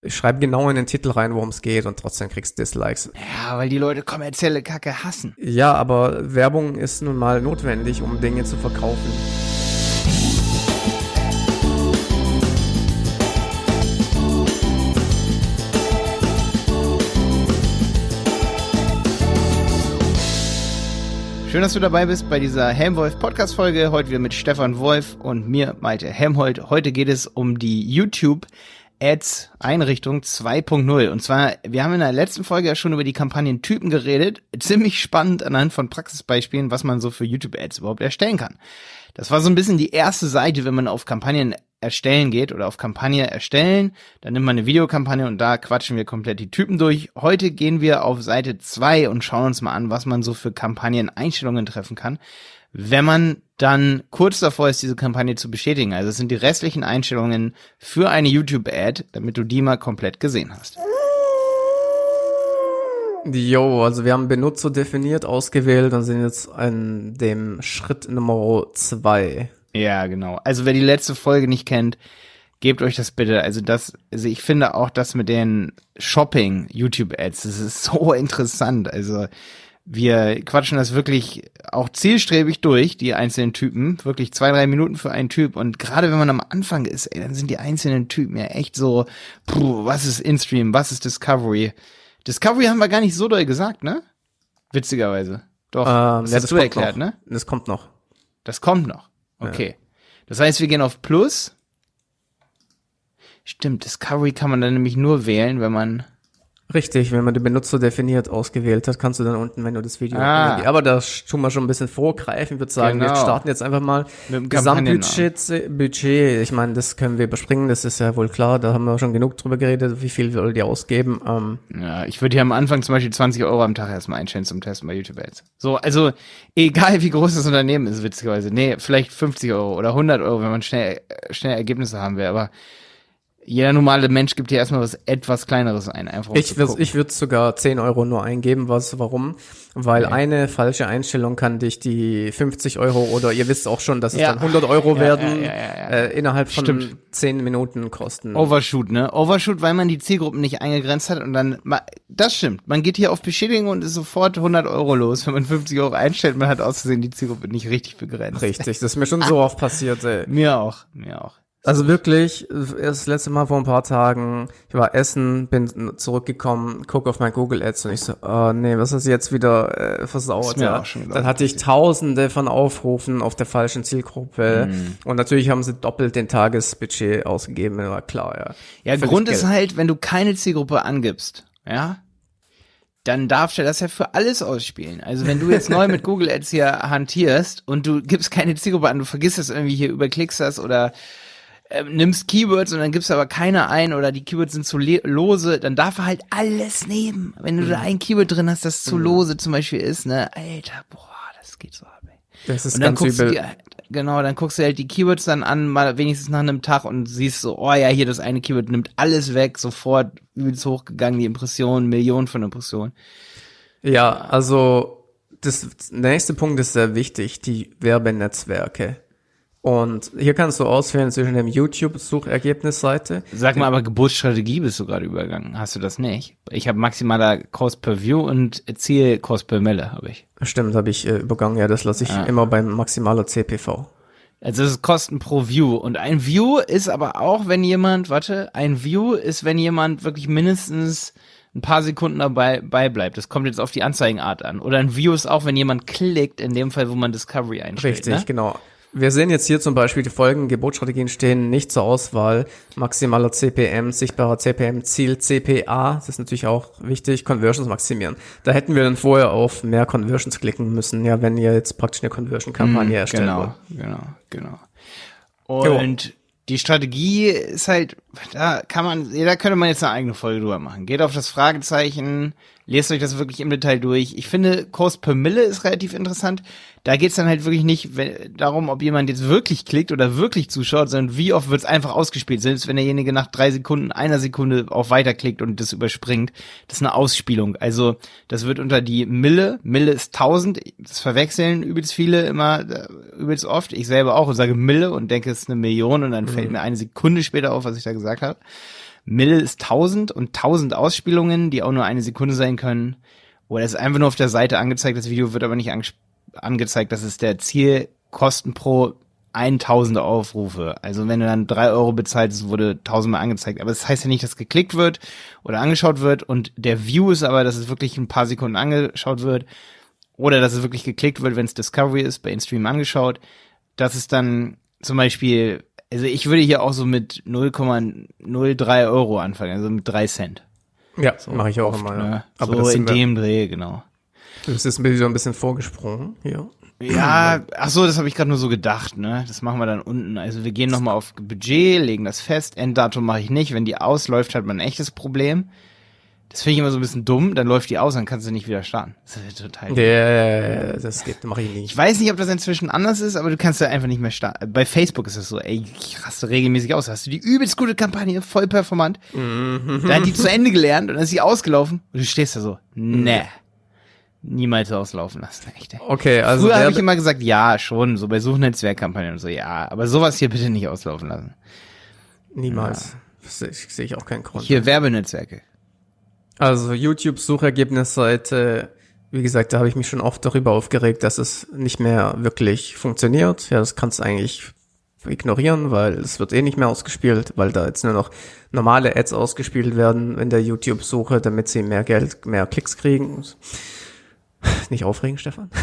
Ich schreibe genau in den Titel rein, worum es geht und trotzdem kriegst du Dislikes. Ja, weil die Leute kommerzielle Kacke hassen. Ja, aber Werbung ist nun mal notwendig, um Dinge zu verkaufen. Schön, dass du dabei bist bei dieser Helmwolf-Podcast-Folge. Heute wieder mit Stefan Wolf und mir, Malte Helmholt. Heute geht es um die YouTube-Ads-Einrichtung 2.0. Und zwar, wir haben in der letzten Folge ja schon über die Kampagnentypen geredet. Ziemlich spannend anhand von Praxisbeispielen, was man so für YouTube-Ads überhaupt erstellen kann. Das war so ein bisschen die erste Seite, wenn man auf Kampagnen erstellen geht oder auf Kampagne erstellen. Dann nimmt man eine Videokampagne und da quatschen wir komplett die Typen durch. Heute gehen wir auf Seite 2 und schauen uns mal an, was man so für Kampagneneinstellungen treffen kann, wenn man dann kurz davor ist, diese Kampagne zu bestätigen. Also es sind die restlichen Einstellungen für eine YouTube-Ad, damit du die mal komplett gesehen hast. Jo, also wir haben Benutzer definiert, ausgewählt und sind jetzt an dem Schritt Nummer 2. Ja, genau. Also wer die letzte Folge nicht kennt, gebt euch das bitte. Also ich finde auch das mit den Shopping-YouTube-Ads, das ist so interessant. Also wir quatschen das wirklich auch zielstrebig durch, die einzelnen Typen. Wirklich 2-3 Minuten für einen Typ. Und gerade wenn man am Anfang ist, dann sind die einzelnen Typen ja echt so, was ist InStream, was ist Discovery? Discovery haben wir gar nicht so doll gesagt, ne? Witzigerweise. Doch, das hast du erklärt, noch. Ne? Das kommt noch. Das kommt noch. Okay. Ja. Das heißt, wir gehen auf Plus. Stimmt, Discovery kann man dann nämlich nur wählen, wenn man... Richtig, wenn man den Benutzer definiert ausgewählt hat, kannst du dann unten, wenn du das Video... Aber da tun wir schon ein bisschen vorgreifen. Ich würde sagen, Wir starten jetzt einfach mal mit dem Gesamtbudget. Ich meine, das können wir überspringen, das ist ja wohl klar. Da haben wir schon genug drüber geredet, wie viel wollt ihr ausgeben. Ja, ich würde hier am Anfang zum Beispiel 20 € am Tag erstmal einstellen zum Testen bei YouTube Ads. So, also egal wie groß das Unternehmen ist, witzigerweise. Nee, vielleicht 50 € oder 100 €, wenn man schnell Ergebnisse haben will, aber... Jeder normale Mensch gibt hier erstmal was etwas Kleineres ein. Einfach ich würde sogar 10 € nur eingeben. Warum? Weil eine falsche Einstellung kann dich die 50 € oder ihr wisst auch schon, dass es dann 100 € werden, innerhalb von 10 Minuten kosten. Overshoot, ne? Overshoot, weil man die Zielgruppen nicht eingegrenzt hat und dann, das stimmt. Man geht hier auf Bestätigung und ist sofort 100 € los. Wenn man 50 € einstellt, man hat aus Versehen die Zielgruppe nicht richtig begrenzt. Richtig, das ist mir schon so oft passiert, ey. Mir auch. Also wirklich, das letzte Mal vor ein paar Tagen, ich war essen, bin zurückgekommen, guck auf mein Google Ads und ich so, oh nee, was ist jetzt wieder versaut? Ja. Dann hatte ich Tausende von Aufrufen auf der falschen Zielgruppe und natürlich haben sie doppelt den Tagesbudget ausgegeben, war klar, ja. Ja, Grund ist halt, wenn du keine Zielgruppe angibst, ja, dann darf der das ja für alles ausspielen. Also wenn du jetzt neu mit Google Ads hier hantierst und du gibst keine Zielgruppe an, du vergisst das irgendwie hier, überklickst das oder nimmst Keywords und dann gibst aber keine ein oder die Keywords sind zu lose, dann darf er halt alles nehmen. Wenn du da ein Keyword drin hast, das zu lose zum Beispiel ist, ne, Alter, das geht so ab, ey. Das ist ganz übel. Dann guckst du halt die Keywords dann an, mal wenigstens nach einem Tag und siehst so, oh ja, hier das eine Keyword nimmt alles weg, sofort übelst hochgegangen, die Impressionen, Millionen von Impressionen. Ja, also das nächste Punkt ist sehr wichtig, die Werbenetzwerke. Und hier kannst du auswählen zwischen dem YouTube-Suchergebnisseite. Sag mal, aber Geburtsstrategie bist du gerade übergegangen. Hast du das nicht? Ich habe maximaler Cost per View und Ziel Cost per Mille habe ich. Stimmt, habe ich übergangen. Ja, das lasse ich immer beim maximaler CPV. Also das ist Kosten pro View. Und ein View ist aber auch, wenn jemand wirklich mindestens ein paar Sekunden dabei bleibt. Das kommt jetzt auf die Anzeigenart an. Oder ein View ist auch, wenn jemand klickt, in dem Fall, wo man Discovery einstellt. Richtig, ne? Genau. Wir sehen jetzt hier zum Beispiel die folgenden Geburtsstrategien stehen nicht zur Auswahl. Maximaler CPM, sichtbarer CPM, Ziel CPA, das ist natürlich auch wichtig, Conversions maximieren. Da hätten wir dann vorher auf mehr Conversions klicken müssen, ja, wenn ihr jetzt praktisch eine Conversion-Kampagne erstellen wollt. Genau. Und die Strategie ist halt, da könnte man jetzt eine eigene Folge drüber machen. Geht auf das Fragezeichen, lest euch das wirklich im Detail durch. Ich finde, Cost per Mille ist relativ interessant. Da geht's dann halt wirklich nicht darum, ob jemand jetzt wirklich klickt oder wirklich zuschaut, sondern wie oft wird's einfach ausgespielt. Selbst wenn derjenige nach 3 Sekunden, einer Sekunde auf Weiter klickt und das überspringt, das ist eine Ausspielung. Also das wird unter die Mille ist 1000, das verwechseln übelst viele immer, übelst oft. Ich selber auch und sage Mille und denke, es ist 1 Million und dann fällt mir eine Sekunde später auf, was ich da gesagt habe. Mille ist 1000 und 1000 Ausspielungen, die auch nur 1 Sekunde sein können. Oder es ist einfach nur auf der Seite angezeigt, das Video wird aber nicht angezeigt, das ist der Zielkosten pro 1000 Aufrufe. Also wenn du dann 3 Euro bezahlst, wurde 1000 Mal angezeigt. Aber das heißt ja nicht, dass geklickt wird oder angeschaut wird und der View ist aber, dass es wirklich ein paar Sekunden angeschaut wird oder dass es wirklich geklickt wird, wenn es Discovery ist, bei InStream angeschaut. Das ist dann zum Beispiel, also ich würde hier auch so mit 0,03 Euro anfangen, also mit 3 Cent. Ja, so mache ich auch immer. Ja. Ne? Aber so in dem Dreh, genau. Das ist mir so ein bisschen vorgesprungen hier. Ja, ach so, das habe ich gerade nur so gedacht, ne? Das machen wir dann unten. Also wir gehen nochmal auf Budget, legen das fest. Enddatum mache ich nicht. Wenn die ausläuft, hat man ein echtes Problem. Das finde ich immer so ein bisschen dumm. Dann läuft die aus, dann kannst du nicht wieder starten. Das ist total. Ja, das geht, mache ich nicht. Ich weiß nicht, ob das inzwischen anders ist, aber du kannst ja einfach nicht mehr starten. Bei Facebook ist es so, ey, ich raste regelmäßig aus. Hast du die übelst gute Kampagne, voll performant. Da hat die zu Ende gelernt und dann ist sie ausgelaufen und du stehst da so, nee. Niemals auslaufen lassen, echt. Okay, also früher habe ich immer gesagt, ja, schon, so bei Suchnetzwerkkampagnen und so, ja, aber sowas hier bitte nicht auslaufen lassen. Niemals. Ja. Sehe ich auch keinen Grund. Hier Werbenetzwerke. Also YouTube-Suchergebnisseite, wie gesagt, da habe ich mich schon oft darüber aufgeregt, dass es nicht mehr wirklich funktioniert. Ja, das kannst du eigentlich ignorieren, weil es wird eh nicht mehr ausgespielt, weil da jetzt nur noch normale Ads ausgespielt werden in der YouTube-Suche, damit sie mehr Geld, mehr Klicks kriegen. Nicht aufregen, Stefan.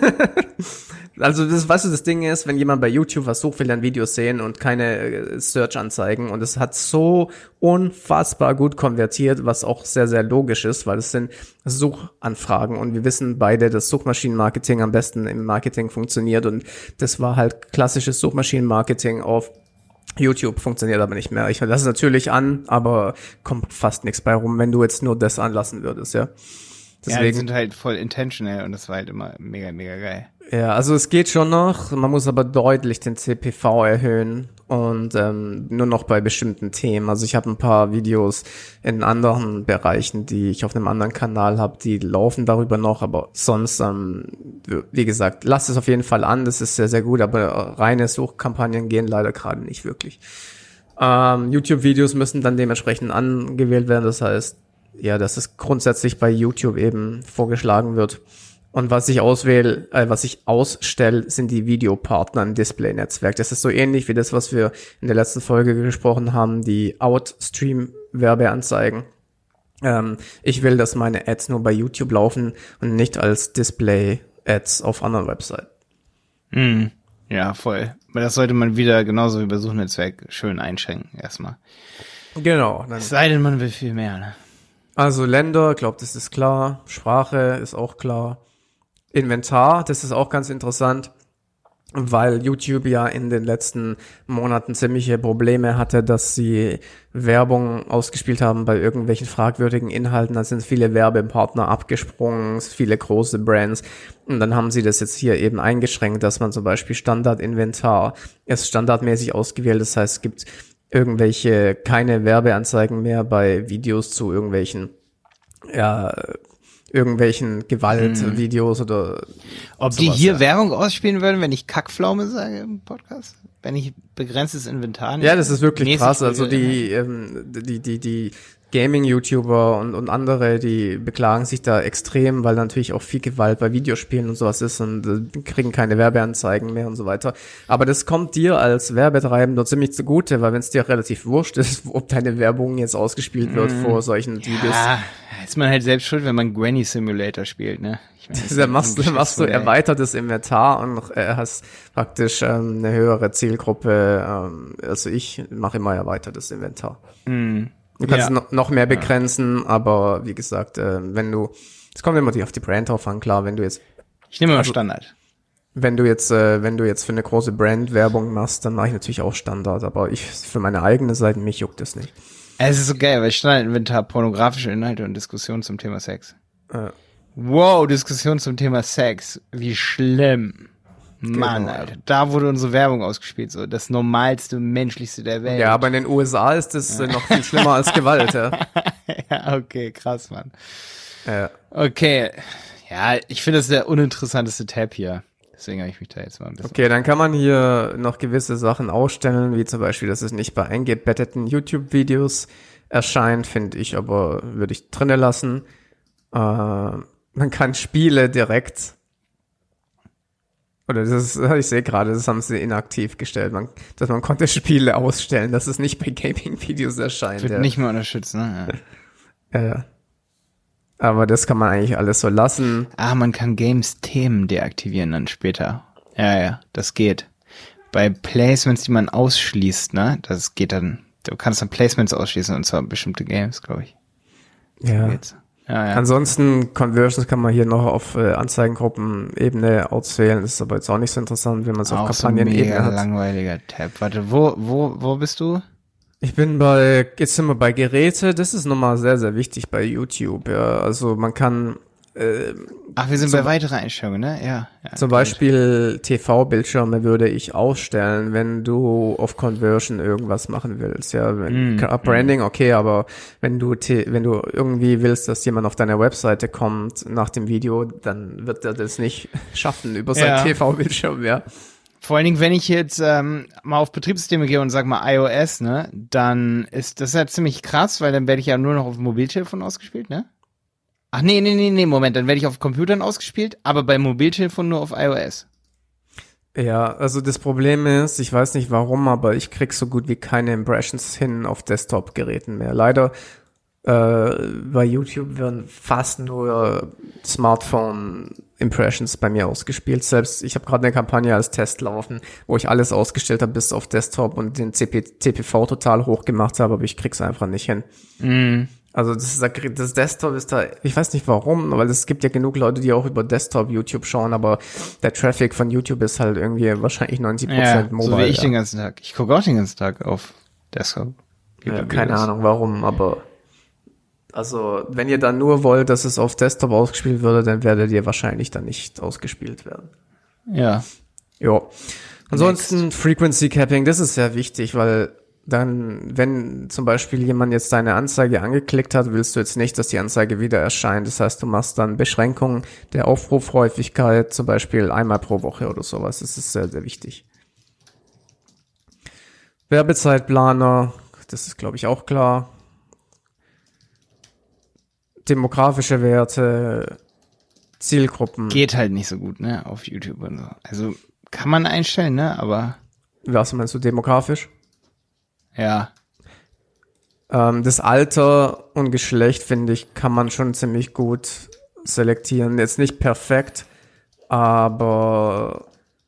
Also das, weißt du, das Ding ist, wenn jemand bei YouTube was sucht, will dann Videos sehen und keine Search-Anzeigen und es hat so unfassbar gut konvertiert, was auch sehr, sehr logisch ist, weil es sind Suchanfragen und wir wissen beide, dass Suchmaschinenmarketing am besten im Marketing funktioniert und das war halt klassisches Suchmaschinenmarketing auf YouTube, funktioniert aber nicht mehr. Ich lasse es natürlich an, aber kommt fast nichts bei rum, wenn du jetzt nur das anlassen würdest, ja. Deswegen. Ja, die sind halt voll intentional und das war halt immer mega, mega geil. Ja, also es geht schon noch, man muss aber deutlich den CPV erhöhen und nur noch bei bestimmten Themen. Also ich habe ein paar Videos in anderen Bereichen, die ich auf einem anderen Kanal habe, die laufen darüber noch, aber sonst, wie gesagt, lasst es auf jeden Fall an, das ist sehr, sehr gut, aber reine Suchkampagnen gehen leider gerade nicht wirklich. YouTube-Videos müssen dann dementsprechend angewählt werden, das heißt, ja, dass es grundsätzlich bei YouTube eben vorgeschlagen wird. Und was ich ausstelle, sind die Videopartner im Display-Netzwerk. Das ist so ähnlich wie das, was wir in der letzten Folge gesprochen haben, die Outstream-Werbeanzeigen. Ich will, dass meine Ads nur bei YouTube laufen und nicht als Display-Ads auf anderen Webseiten. Ja, voll. Weil das sollte man wieder genauso wie bei Suchnetzwerk schön einschränken erstmal. Genau. Es sei denn, man will viel mehr, ne? Also Länder, glaube, das ist klar. Sprache ist auch klar. Inventar, das ist auch ganz interessant, weil YouTube ja in den letzten Monaten ziemliche Probleme hatte, dass sie Werbung ausgespielt haben bei irgendwelchen fragwürdigen Inhalten. Da sind viele Werbepartner abgesprungen, viele große Brands. Und dann haben sie das jetzt hier eben eingeschränkt, dass man zum Beispiel Standardinventar ist standardmäßig ausgewählt. Das heißt, es gibt keine Werbeanzeigen mehr bei Videos zu irgendwelchen Gewaltvideos oder ob sowas, die hier Werbung ausspielen würden, wenn ich Kackpflaume sage im Podcast? Wenn ich begrenztes Inventar nicht. Ja, das ist wirklich krass. Also die Gaming-YouTuber und andere, die beklagen sich da extrem, weil natürlich auch viel Gewalt bei Videospielen und sowas ist und kriegen keine Werbeanzeigen mehr und so weiter. Aber das kommt dir als Werbetreibender ziemlich zugute, weil wenn es dir relativ wurscht ist, ob deine Werbung jetzt ausgespielt wird vor solchen Videos. Ja, ist man halt selbst schuld, wenn man Granny Simulator spielt, ne? Ich meine, dann machst du erweitertes Inventar und hast praktisch eine höhere Zielgruppe. Also ich mache immer erweitertes Inventar. Du kannst noch mehr begrenzen, aber wie gesagt, es kommt immer auf die Brand drauf an, klar, wenn du jetzt. Ich nehme immer Standard. Wenn du jetzt für eine große Brand Werbung machst, dann mache ich natürlich auch Standard, aber für meine eigene Seite, mich juckt das nicht. Es ist so geil, weil Standardinventar pornografische Inhalte und Diskussionen zum Thema Sex. Wow, Diskussion zum Thema Sex. Wie schlimm. Mann, genau. Alter, da wurde unsere Werbung ausgespielt, so das normalste, menschlichste der Welt. Ja, aber in den USA ist das noch viel schlimmer als Gewalt, ja. Ja, okay, krass, Mann. Ja. Okay, ja, ich finde das der uninteressanteste Tab hier. Deswegen habe ich mich da jetzt mal ein bisschen... Okay, dann kann man hier noch gewisse Sachen ausstellen, wie zum Beispiel, dass es nicht bei eingebetteten YouTube-Videos erscheint, finde ich, aber würde ich drinnen lassen. Man kann Spiele direkt, oder ich sehe gerade, das haben sie inaktiv gestellt, dass man konnte Spiele ausstellen, dass es nicht bei Gaming-Videos erscheint. Wird nicht mehr unterstützt, ne? Ja. Aber das kann man eigentlich alles so lassen. Man kann Games-Themen deaktivieren dann später. Ja, das geht. Bei Placements, die man ausschließt, ne, das geht dann, du kannst dann Placements ausschließen und zwar bestimmte Games, glaube ich. Ja. Ansonsten Conversions kann man hier noch auf Anzeigengruppen-Ebene auswählen. Das ist aber jetzt auch nicht so interessant, wenn man es auf Kampagnen-Ebene hat. Auch so ein langweiliger Tab. Warte, wo bist du? Jetzt sind wir bei Geräte. Das ist nochmal sehr, sehr wichtig bei YouTube. Ja, also man kann wir sind bei weiteren Einstellungen, ne? Ja. Zum Beispiel TV-Bildschirme würde ich ausstellen, wenn du auf Conversion irgendwas machen willst. Ja, Branding, okay, aber wenn du irgendwie willst, dass jemand auf deine Webseite kommt nach dem Video, dann wird er das nicht schaffen über sein TV-Bildschirm, ja. Vor allen Dingen, wenn ich jetzt mal auf Betriebssysteme gehe und sag mal iOS, ne, dann ist das ja ziemlich krass, weil dann werde ich ja nur noch auf dem Mobiltelefon ausgespielt, ne? Ach nee, Moment, dann werde ich auf Computern ausgespielt, aber beim Mobiltelefon nur auf iOS. Ja, also das Problem ist, ich weiß nicht warum, aber ich krieg so gut wie keine Impressions hin auf Desktop-Geräten mehr. Leider bei YouTube werden fast nur Smartphone-Impressions bei mir ausgespielt. Selbst, ich habe gerade eine Kampagne als Test laufen, wo ich alles ausgestellt habe bis auf Desktop und den TPV total hoch gemacht habe, aber ich krieg's einfach nicht hin. Also das Desktop ist da, ich weiß nicht warum, weil es gibt ja genug Leute, die auch über Desktop YouTube schauen, aber der Traffic von YouTube ist halt irgendwie wahrscheinlich 90% mobile. So wie ich den ganzen Tag. Ich gucke auch den ganzen Tag auf Desktop. Ja, keine Ahnung warum, aber also wenn ihr dann nur wollt, dass es auf Desktop ausgespielt würde, dann werdet ihr wahrscheinlich dann nicht ausgespielt werden. Ja. Jo. Ansonsten Frequency Capping, das ist sehr wichtig, weil dann, wenn zum Beispiel jemand jetzt deine Anzeige angeklickt hat, willst du jetzt nicht, dass die Anzeige wieder erscheint. Das heißt, du machst dann Beschränkungen der Aufrufhäufigkeit, zum Beispiel einmal pro Woche oder sowas. Das ist sehr, sehr wichtig. Werbezeitplaner, das ist, glaube ich, auch klar. Demografische Werte, Zielgruppen. Geht halt nicht so gut, ne, auf YouTube und so. Also kann man einstellen, ne, aber. Was meinst du, demografisch? Ja. Das Alter und Geschlecht, finde ich, kann man schon ziemlich gut selektieren. Jetzt nicht perfekt, aber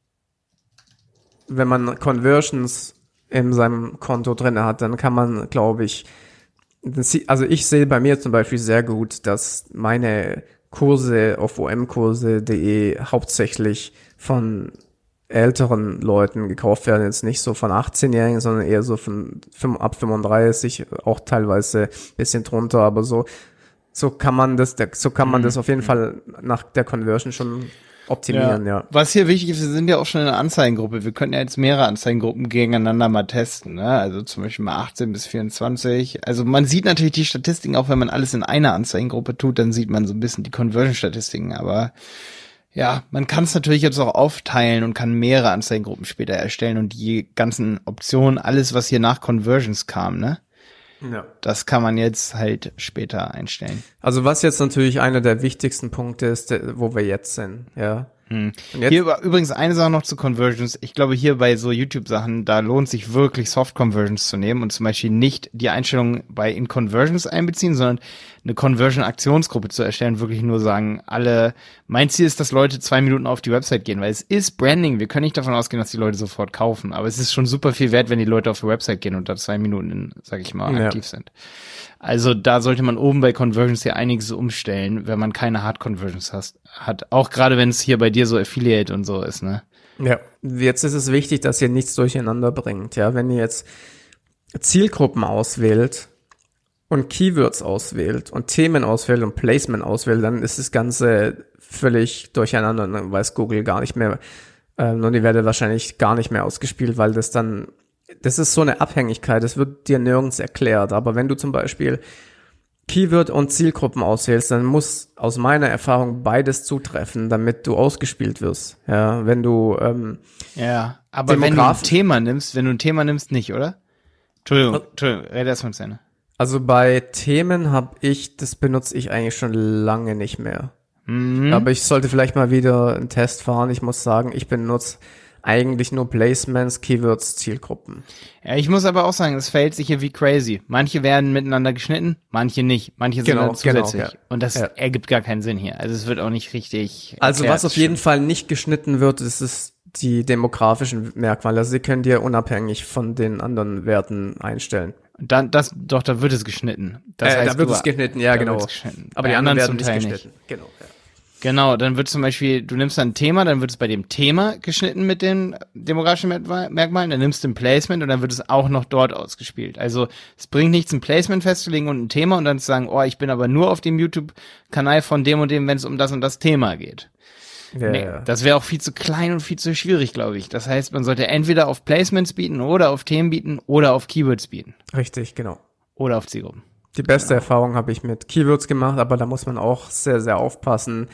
wenn man Conversions in seinem Konto drin hat, dann kann man, glaube ich, also ich sehe bei mir zum Beispiel sehr gut, dass meine Kurse auf omkurse.de hauptsächlich von älteren Leuten gekauft werden, jetzt nicht so von 18-Jährigen, sondern eher so von ab 35, auch teilweise bisschen drunter, aber so kann man das auf jeden Fall nach der Conversion schon optimieren, ja. Was hier wichtig ist, wir sind ja auch schon in einer Anzeigengruppe. Wir können ja jetzt mehrere Anzeigengruppen gegeneinander mal testen, ne? Also zum Beispiel mal 18 bis 24. Also man sieht natürlich die Statistiken, auch wenn man alles in einer Anzeigengruppe tut, dann sieht man so ein bisschen die Conversion-Statistiken, aber ja, man kann es natürlich jetzt auch aufteilen und kann mehrere Anzeigengruppen später erstellen und die ganzen Optionen, alles, was hier nach Conversions kam, ne? Ja. Das kann man jetzt halt später einstellen. Also was jetzt natürlich einer der wichtigsten Punkte ist, wo wir jetzt sind, ja. Hier übrigens eine Sache noch zu Conversions. Ich glaube, hier bei so YouTube-Sachen, da lohnt sich wirklich Soft-Conversions zu nehmen und zum Beispiel nicht die Einstellungen in Conversions einbeziehen, sondern eine Conversion-Aktionsgruppe zu erstellen, wirklich nur sagen, mein Ziel ist, dass Leute 2 Minuten auf die Website gehen, weil es ist Branding. Wir können nicht davon ausgehen, dass die Leute sofort kaufen, aber es ist schon super viel wert, wenn die Leute auf die Website gehen und da 2 Minuten, sag ich mal, aktiv sind. Also da sollte man oben bei Conversions hier einiges umstellen, wenn man keine Hard-Conversions hat. Auch gerade wenn es hier bei dir so Affiliate und so ist, ne? Ja, jetzt ist es wichtig, dass ihr nichts durcheinander bringt. Ja, wenn ihr jetzt Zielgruppen auswählt und Keywords auswählt und Themen auswählt und Placement auswählt, dann ist das Ganze völlig durcheinander. Dann weiß Google gar nicht mehr, und die werden wahrscheinlich gar nicht mehr ausgespielt, weil das ist so eine Abhängigkeit, das wird dir nirgends erklärt. Aber wenn du zum Beispiel Keyword und Zielgruppen auswählst, dann muss aus meiner Erfahrung beides zutreffen, damit du ausgespielt wirst. Ja, wenn du aber wenn du ein Thema nimmst, nicht, oder? Entschuldigung, red erst mal zu Ende. Also bei Themen das benutze ich eigentlich schon lange nicht mehr. Aber ich sollte vielleicht mal wieder einen Test fahren. Ich muss sagen, ich benutze eigentlich nur Placements, Keywords, Zielgruppen. Ja, ich muss aber auch sagen, es verhält sich hier wie crazy. Manche werden miteinander geschnitten, manche nicht. Manche sind dann zusätzlich. Genau, ja. Und das ergibt gar keinen Sinn hier. Also es wird auch nicht richtig Also was auf jeden Fall nicht geschnitten wird, ist die demografischen Merkmale. Also sie können dir unabhängig von den anderen Werten einstellen. Da wird es geschnitten. Das heißt, da wird es geschnitten, ja, genau. Aber die anderen werden nicht geschnitten. Genau, ja. Genau, dann wird zum Beispiel, du nimmst dann ein Thema, dann wird es bei dem Thema geschnitten mit den demografischen Merkmalen, dann nimmst du ein Placement und dann wird es auch noch dort ausgespielt. Also es bringt nichts, ein Placement festzulegen und ein Thema und dann zu sagen, ich bin aber nur auf dem YouTube-Kanal von dem und dem, wenn es um das und das Thema geht. Ja, nee, das wäre auch viel zu klein und viel zu schwierig, glaube ich. Das heißt, man sollte entweder auf Placements bieten oder auf Themen bieten oder auf Keywords bieten. Richtig, genau. Oder auf Zielgruppen. Die beste Erfahrung habe ich mit Keywords gemacht, aber da muss man auch sehr, sehr aufpassen,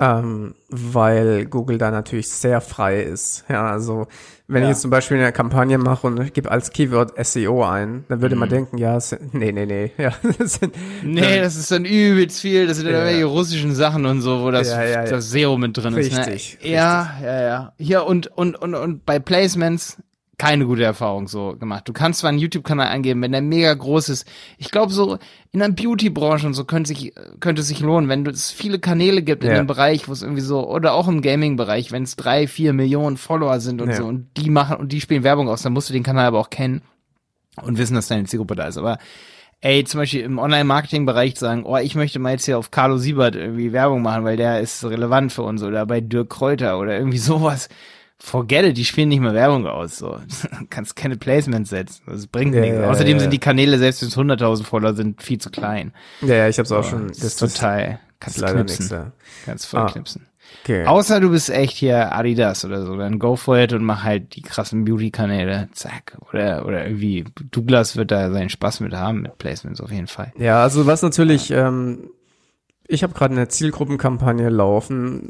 weil Google da natürlich sehr frei ist. Ja, also wenn ich jetzt zum Beispiel eine Kampagne mache und ich gebe als Keyword SEO ein, dann würde man denken, ja, nee. Ja, das ist dann übelst viel, das sind dann irgendwelche russischen Sachen und so, wo das SEO mit drin ist. Richtig. Ja. Hier und bei Placements keine gute Erfahrung so gemacht. Du kannst zwar einen YouTube-Kanal eingeben, wenn der mega groß ist. Ich glaube, so in der Beauty-Branche und so könnte es sich lohnen, wenn es viele Kanäle gibt in dem Bereich, wo es irgendwie so, oder auch im Gaming-Bereich, wenn es 3-4 Millionen Follower sind und so und die spielen Werbung aus, dann musst du den Kanal aber auch kennen und wissen, dass deine Zielgruppe da ist. Aber zum Beispiel im Online-Marketing-Bereich sagen, ich möchte mal jetzt hier auf Carlo Siebert irgendwie Werbung machen, weil der ist relevant für uns, oder bei Dirk Kräuter oder irgendwie sowas. Forget it, die spielen nicht mehr Werbung aus, so. Du kannst keine Placements setzen, das bringt nichts. Außerdem sind die Kanäle, selbst wenn es 100.000 Follower sind, viel zu klein. Ja, ich hab's auch schon. Das ist total, kannst leider knipsen. Nix, Kannst voll knipsen. Okay. Außer du bist echt hier Adidas oder so, dann go for it und mach halt die krassen Beauty-Kanäle, zack. Oder irgendwie, Douglas wird da seinen Spaß mit haben, mit Placements auf jeden Fall. Ja, also was natürlich, ich habe gerade eine Zielgruppenkampagne laufen.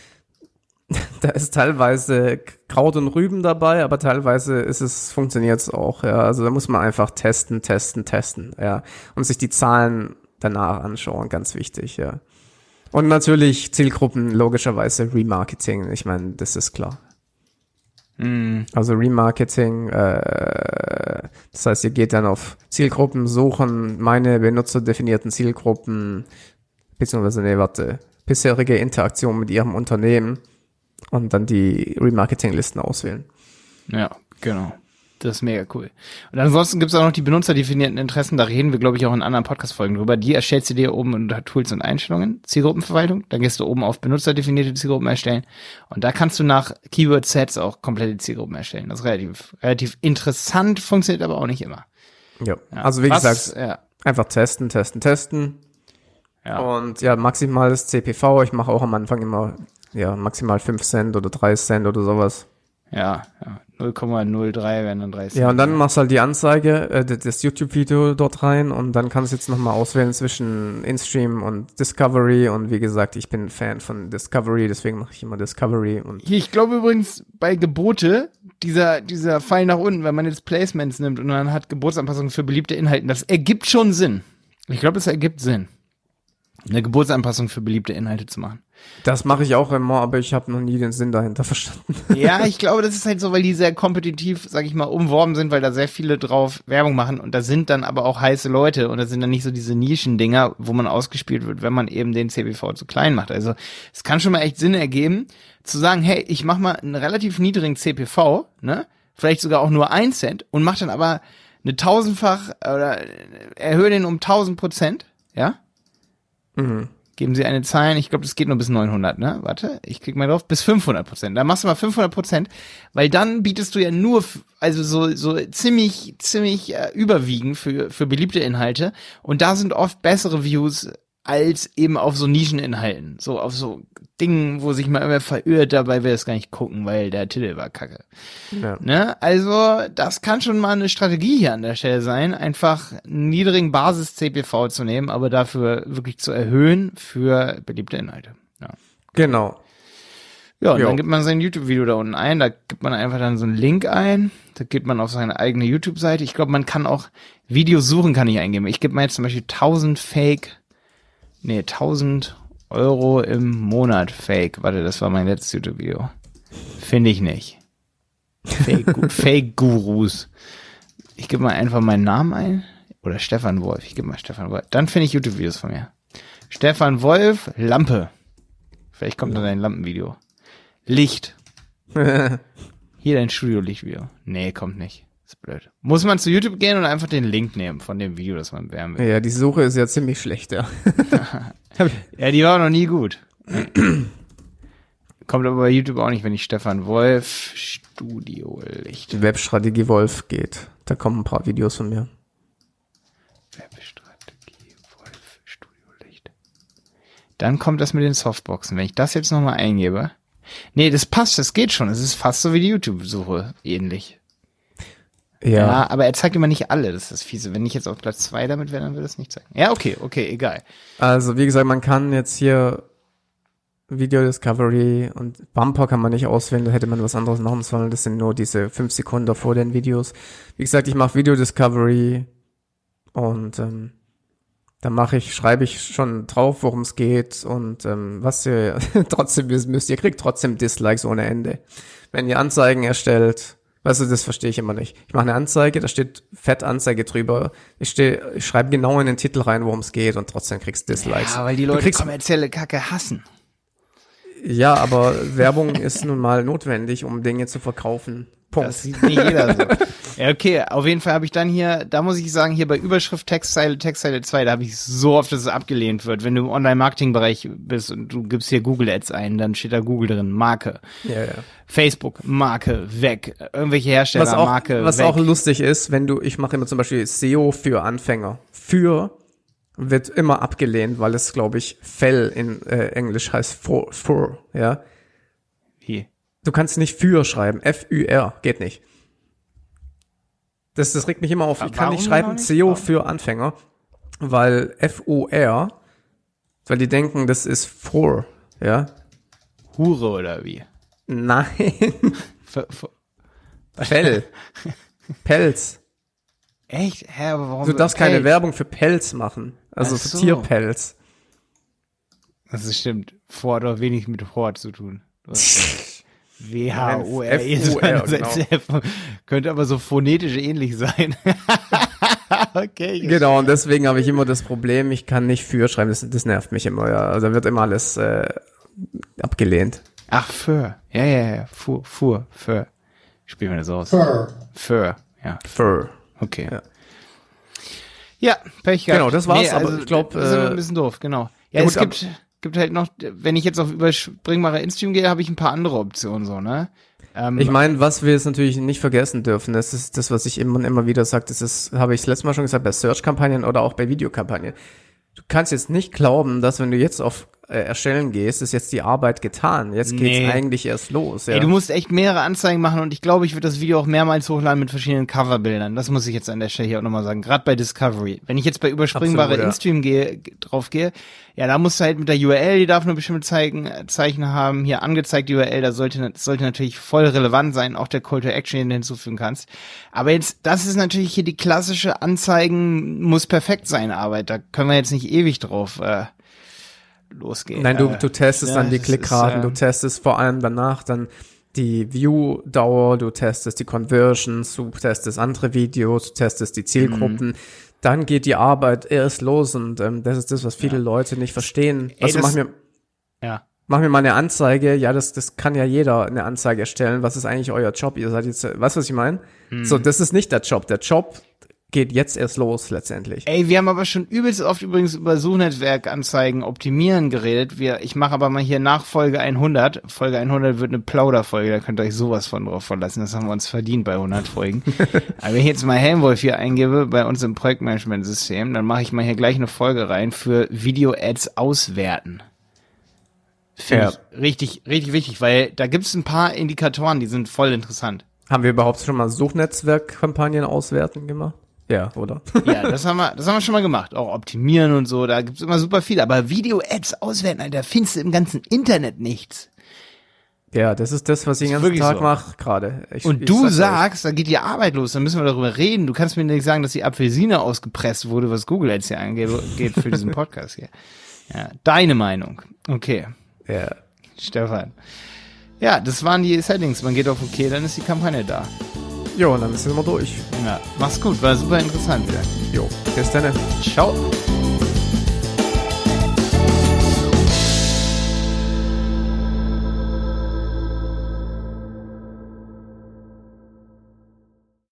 Da ist teilweise Kraut und Rüben dabei, aber teilweise funktioniert's auch, ja. Also da muss man einfach testen, ja. Und sich die Zahlen danach anschauen, ganz wichtig, ja. Und natürlich Zielgruppen, logischerweise Remarketing, ich meine, das ist klar. Also Remarketing, das heißt, ihr geht dann auf Zielgruppen suchen, meine benutzerdefinierten Zielgruppen, beziehungsweise, bisherige Interaktion mit ihrem Unternehmen. Und dann die Remarketing-Listen auswählen. Ja, genau. Das ist mega cool. Und ansonsten gibt es auch noch die benutzerdefinierten Interessen. Da reden wir, glaube ich, auch in anderen Podcast-Folgen drüber. Die erstellst du dir oben unter Tools und Einstellungen, Zielgruppenverwaltung. Da gehst du oben auf benutzerdefinierte Zielgruppen erstellen. Und da kannst du nach Keyword-Sets auch komplette Zielgruppen erstellen. Das ist relativ interessant, funktioniert aber auch nicht immer. Ja. Also wie gesagt, einfach testen. Ja. Und maximales CPV. Ich mache auch am Anfang immer maximal 5 Cent oder 3 Cent oder sowas. Ja, 0,03 wären dann 3 Cent. Ja, und dann machst du halt die Anzeige, das YouTube-Video dort rein und dann kannst du jetzt nochmal auswählen zwischen InStream und Discovery und wie gesagt, ich bin Fan von Discovery, deswegen mache ich immer Discovery. Und ich glaube übrigens, bei Gebote, dieser Fall nach unten, wenn man jetzt Placements nimmt und man hat Geburtsanpassungen für beliebte Inhalte, das ergibt schon Sinn. Ich glaube, es ergibt Sinn, eine Geburtsanpassung für beliebte Inhalte zu machen. Das mache ich auch immer, aber ich habe noch nie den Sinn dahinter verstanden. Ja, ich glaube, das ist halt so, weil die sehr kompetitiv, sag ich mal, umworben sind, weil da sehr viele drauf Werbung machen und da sind dann aber auch heiße Leute und das sind dann nicht so diese Nischendinger, wo man ausgespielt wird, wenn man eben den CPV zu klein macht. Also es kann schon mal echt Sinn ergeben, zu sagen, hey, ich mache mal einen relativ niedrigen CPV, ne, vielleicht sogar auch nur 1 Cent und mach dann aber eine 1000-fach oder erhöhe den um 1000%, ja? Mhm. Geben Sie eine Zahl, ich glaube, das geht nur bis 900, ne? Warte, ich klick mal drauf, bis 500%. Da machst du mal 500%, weil dann bietest du ja nur, also so ziemlich überwiegend für beliebte Inhalte und da sind oft bessere Views als eben auf so Nischeninhalten, so auf so Dingen, wo sich mal immer verirrt, dabei will es gar nicht gucken, weil der Titel war kacke. Ja. Ne? Also das kann schon mal eine Strategie hier an der Stelle sein, einfach einen niedrigen Basis-CPV zu nehmen, aber dafür wirklich zu erhöhen für beliebte Inhalte. Ja. Genau. Ja, und dann gibt man sein YouTube-Video da unten ein, da gibt man einfach dann so einen Link ein, da geht man auf seine eigene YouTube-Seite. Ich glaube, man kann auch Videos suchen, kann ich eingeben. Ich gebe mal jetzt zum Beispiel 1000 Euro im Monat Fake. Warte, das war mein letztes YouTube-Video. Finde ich nicht. Fake-Gurus. Ich gebe mal einfach meinen Namen ein. Oder Stefan Wolf. Ich gebe mal Stefan Wolf. Dann finde ich YouTube-Videos von mir. Stefan Wolf, Lampe. Vielleicht kommt dann ein Lampenvideo. Licht. Hier dein Studio-Lichtvideo. Nee, kommt nicht. Ist blöd. Muss man zu YouTube gehen und einfach den Link nehmen von dem Video, das man bewerben will. Ja, die Suche ist ja ziemlich schlecht, ja. Ja, die war noch nie gut. Kommt aber bei YouTube auch nicht, wenn ich Stefan Wolf Studio-Licht. Die Webstrategie Wolf geht. Da kommen ein paar Videos von mir. Webstrategie Wolf Studio-Licht. Dann kommt das mit den Softboxen. Wenn ich das jetzt nochmal eingebe. Nee, das passt, das geht schon. Es ist fast so wie die YouTube-Suche ähnlich. Ja, aber er zeigt immer nicht alle. Das ist das Fiese. Wenn ich jetzt auf Platz 2 damit wäre, dann würde es nicht zeigen. Ja, okay, egal. Also, wie gesagt, man kann jetzt hier Video Discovery und Bumper kann man nicht auswählen, da hätte man was anderes machen sollen. Das sind nur diese 5 Sekunden vor den Videos. Wie gesagt, ich mache Video Discovery und dann schreibe ich schon drauf, worum es geht und was ihr trotzdem wissen müsst, ihr kriegt trotzdem Dislikes ohne Ende. Wenn ihr Anzeigen erstellt, weißt du, das verstehe ich immer nicht. Ich mache eine Anzeige, da steht fett Anzeige drüber. Ich schreibe genau in den Titel rein, worum es geht und trotzdem kriegst du Dislikes. Ja, weil die Leute kommerzielle Kacke hassen. Ja, aber Werbung ist nun mal notwendig, um Dinge zu verkaufen. Punkt. Das sieht nicht jeder so. Ja, okay, auf jeden Fall habe ich dann hier, da muss ich sagen, hier bei Überschrift Textzeile 2, da habe ich so oft, dass es abgelehnt wird. Wenn du im Online-Marketing-Bereich bist und du gibst hier Google Ads ein, dann steht da Google drin, Marke. Ja. Facebook, Marke, weg. Irgendwelche Hersteller, Marke, was weg. Was auch lustig ist, ich mache immer zum Beispiel SEO für Anfänger. Wird immer abgelehnt, weil es, glaube ich, Fell in Englisch heißt for, ja. Wie? Du kannst nicht für schreiben, F-U-R, geht nicht. Das regt mich immer auf. Ich kann nicht schreiben SEO für Anfänger, weil F-O-R, weil die denken, das ist for, ja. Hure oder wie? Nein. Fell. Pelz. Echt? Hä, aber warum? Du darfst keine Werbung für Pelz machen. Also für Tierpelz. Das stimmt. Vor hat doch wenig mit Hort zu tun. W-H-O-R-E. Genau. Könnte aber so phonetisch ähnlich sein. Okay. Genau, und deswegen habe ich immer das Problem, ich kann nicht für schreiben. Das nervt mich immer, ja. Also wird immer alles abgelehnt. Ach, für. Ja. Für. Spielen wir das aus. Für. Ja. Für. Okay. Ja, Pech gehabt. Genau, das war's, aber ich glaube, das ist ein bisschen doof, genau. Ja, es gibt halt noch, wenn ich jetzt auf überspringbare Instream gehe, habe ich ein paar andere Optionen, so, ne? Ich meine, was wir jetzt natürlich nicht vergessen dürfen, das ist das, was ich immer wieder sage, habe ich das letzte Mal schon gesagt, bei Search-Kampagnen oder auch bei Videokampagnen. Du kannst jetzt nicht glauben, dass wenn du jetzt auf Erstellen gehst, ist jetzt die Arbeit getan. Jetzt geht's eigentlich erst los. Ja. Ey, du musst echt mehrere Anzeigen machen und ich glaube, ich würde das Video auch mehrmals hochladen mit verschiedenen Coverbildern. Das muss ich jetzt an der Stelle hier auch nochmal sagen. Gerade bei Discovery. Wenn ich jetzt bei überspringbare InStream drauf gehe, ja, da musst du halt mit der URL, die darf nur bestimmte Zeichen haben, hier angezeigt die URL, das sollte natürlich voll relevant sein, auch der Call to Action, den du hinzufügen kannst. Aber jetzt, das ist natürlich hier die klassische Anzeigen muss perfekt sein Arbeit. Da können wir jetzt nicht ewig drauf losgehen. Nein, du testest dann die Klickraten, du testest vor allem danach dann die View-Dauer, du testest die Conversions, du testest andere Videos, du testest die Zielgruppen. Dann geht die Arbeit erst los und das ist das, was viele Leute nicht verstehen. Also mach mir mal eine Anzeige. Ja, das kann ja jeder eine Anzeige erstellen. Was ist eigentlich euer Job? Ihr seid jetzt, weißt du, was ich meine? So, das ist nicht der Job. Der Job geht jetzt erst los letztendlich. Ey, wir haben aber schon übelst oft übrigens über Suchnetzwerkanzeigen optimieren geredet. Ich mache aber mal hier nach Folge 100. Folge 100 wird eine Plauderfolge, da könnt ihr euch sowas von drauf verlassen. Das haben wir uns verdient bei 100 Folgen. Aber wenn ich jetzt mal Helmwolf hier eingebe bei uns im Projektmanagement-System, dann mache ich mal hier gleich eine Folge rein für Video-Ads auswerten. Finde ich richtig, richtig wichtig, weil da gibt's ein paar Indikatoren, die sind voll interessant. Haben wir überhaupt schon mal Suchnetzwerkkampagnen auswerten gemacht? Ja, oder? Ja, das haben wir schon mal gemacht. Auch optimieren und so, da gibt's immer super viel. Aber Video-Ads auswerten, Alter, findest du im ganzen Internet nichts. Ja, das ist das, was ich den ganzen Tag mache gerade. Und du sagst, da geht die Arbeit los, dann müssen wir darüber reden. Du kannst mir nicht sagen, dass die Apfelsine ausgepresst wurde, was Google Ads hier angeht für diesen Podcast hier. Ja, deine Meinung. Okay. Ja. Stefan. Ja, das waren die Settings. Man geht auf OK, dann ist die Kampagne da. Jo, und dann sind wir durch. Ja, mach's gut, war super interessant. Ja. Jo, bis dann. Ciao.